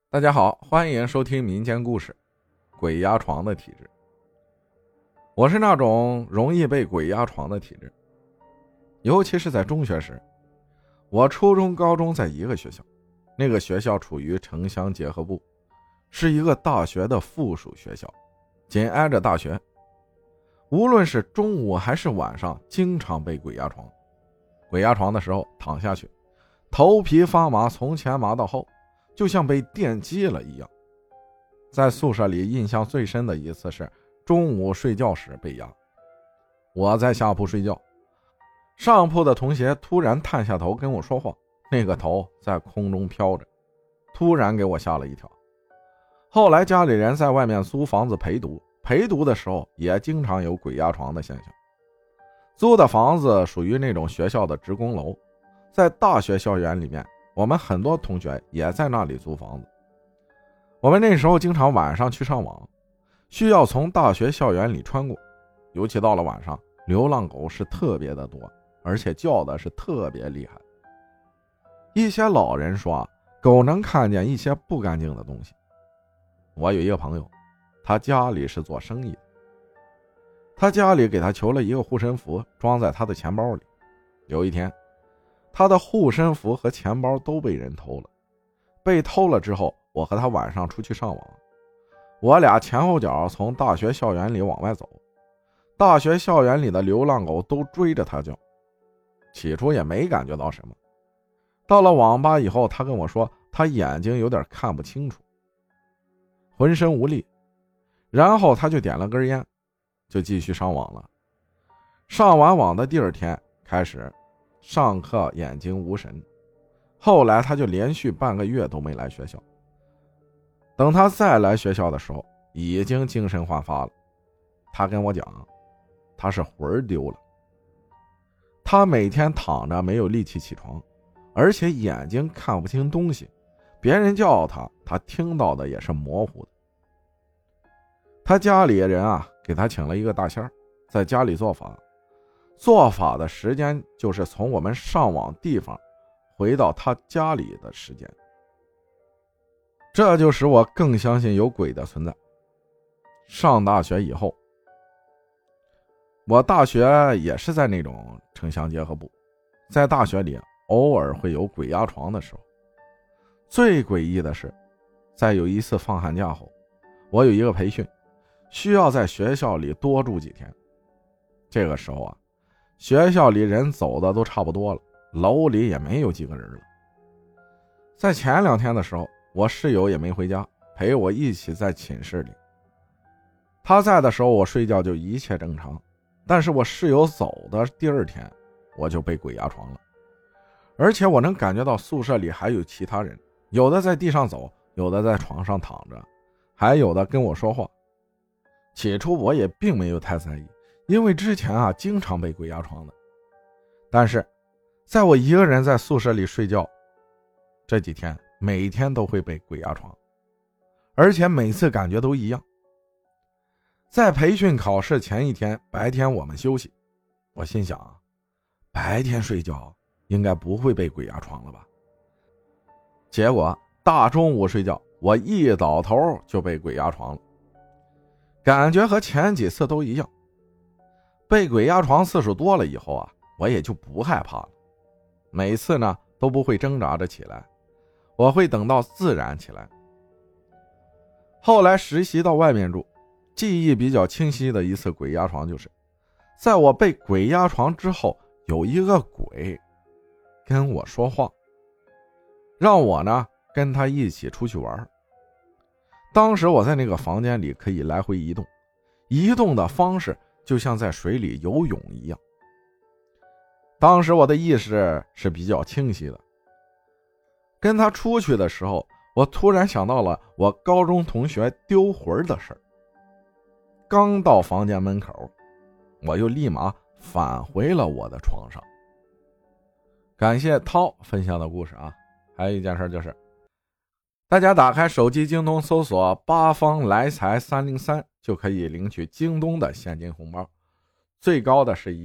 大家好，欢迎收听民间故事鬼压床的体质。我是那种容易被鬼压床的体质，尤其是在中学时。我初中高中在一个学校，那个学校处于城乡结合部，是一个大学的附属学校，紧挨着大学。无论是中午还是晚上，经常被鬼压床。鬼压床的时候躺下去，头皮发麻，从前麻到后，就像被电击了一样。在宿舍里印象最深的一次是中午睡觉时被压。我在下铺睡觉，上铺的同学突然探下头跟我说话，那个头在空中飘着，突然给我吓了一跳。后来家里人在外面租房子陪读，陪读的时候也经常有鬼压床的现象。租的房子属于那种学校的职工楼，在大学校园里面，我们很多同学也在那里租房子。我们那时候经常晚上去上网，需要从大学校园里穿过，尤其到了晚上，流浪狗是特别的多，而且叫的是特别厉害。一些老人说狗能看见一些不干净的东西。我有一个朋友，他家里是做生意的，他家里给他求了一个护身符，装在他的钱包里。有一天，他的护身符和钱包都被人偷了。被偷了之后，我和他晚上出去上网，我俩前后脚从大学校园里往外走，大学校园里的流浪狗都追着他叫。起初也没感觉到什么，到了网吧以后，他跟我说他眼睛有点看不清楚，浑身无力，然后他就点了根烟，就继续上网了。上完网的第二天开始上课眼睛无神，后来他就连续半个月都没来学校。等他再来学校的时候，已经精神焕发了。他跟我讲，他是魂丢了。他每天躺着没有力气起床，而且眼睛看不清东西，别人叫他，他听到的也是模糊的。他家里人给他请了一个大仙儿，在家里做法。做法的时间就是从我们上网地方回到他家里的时间，这就使我更相信有鬼的存在。上大学以后，我大学也是在那种城乡结合部，在大学里偶尔会有鬼压床的时候。最诡异的是，在有一次放寒假后，我有一个培训，需要在学校里多住几天。这个时候学校里人走的都差不多了，楼里也没有几个人了。在前2天的时候，我室友也没回家，陪我一起在寝室里。他在的时候，我睡觉就一切正常，但是我室友走的第2天，我就被鬼压床了。而且我能感觉到宿舍里还有其他人，有的在地上走，有的在床上躺着，还有的跟我说话。起初我也并没有太在意，因为之前经常被鬼压床的。但是在我一个人在宿舍里睡觉这几天，每天都会被鬼压床，而且每次感觉都一样。在培训考试前1天白天我们休息，我心想白天睡觉应该不会被鬼压床了吧。结果大中午睡觉，我一倒头就被鬼压床了，感觉和前几次都一样。被鬼压床次数多了以后我也就不害怕了。每次呢都不会挣扎着起来，我会等到自然起来。后来实习到外面住，记忆比较清晰的一次鬼压床，就是在我被鬼压床之后，有一个鬼跟我说话，让我呢跟他一起出去玩。当时我在那个房间里可以来回移动，移动的方式就像在水里游泳一样。当时我的意识是比较清晰的。跟他出去的时候，我突然想到了我高中同学丢魂的事儿。刚到房间门口，我又立马返回了我的床上。感谢涛分享的故事还有一件事就是，大家打开手机京东搜索八方来财303，就可以领取京东的现金红包，最高的是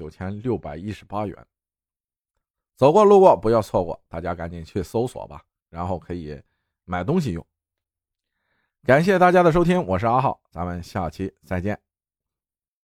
19618元。走过路过不要错过，大家赶紧去搜索吧，然后可以买东西用。 感谢大家的收听，我是阿浩，咱们下期再见。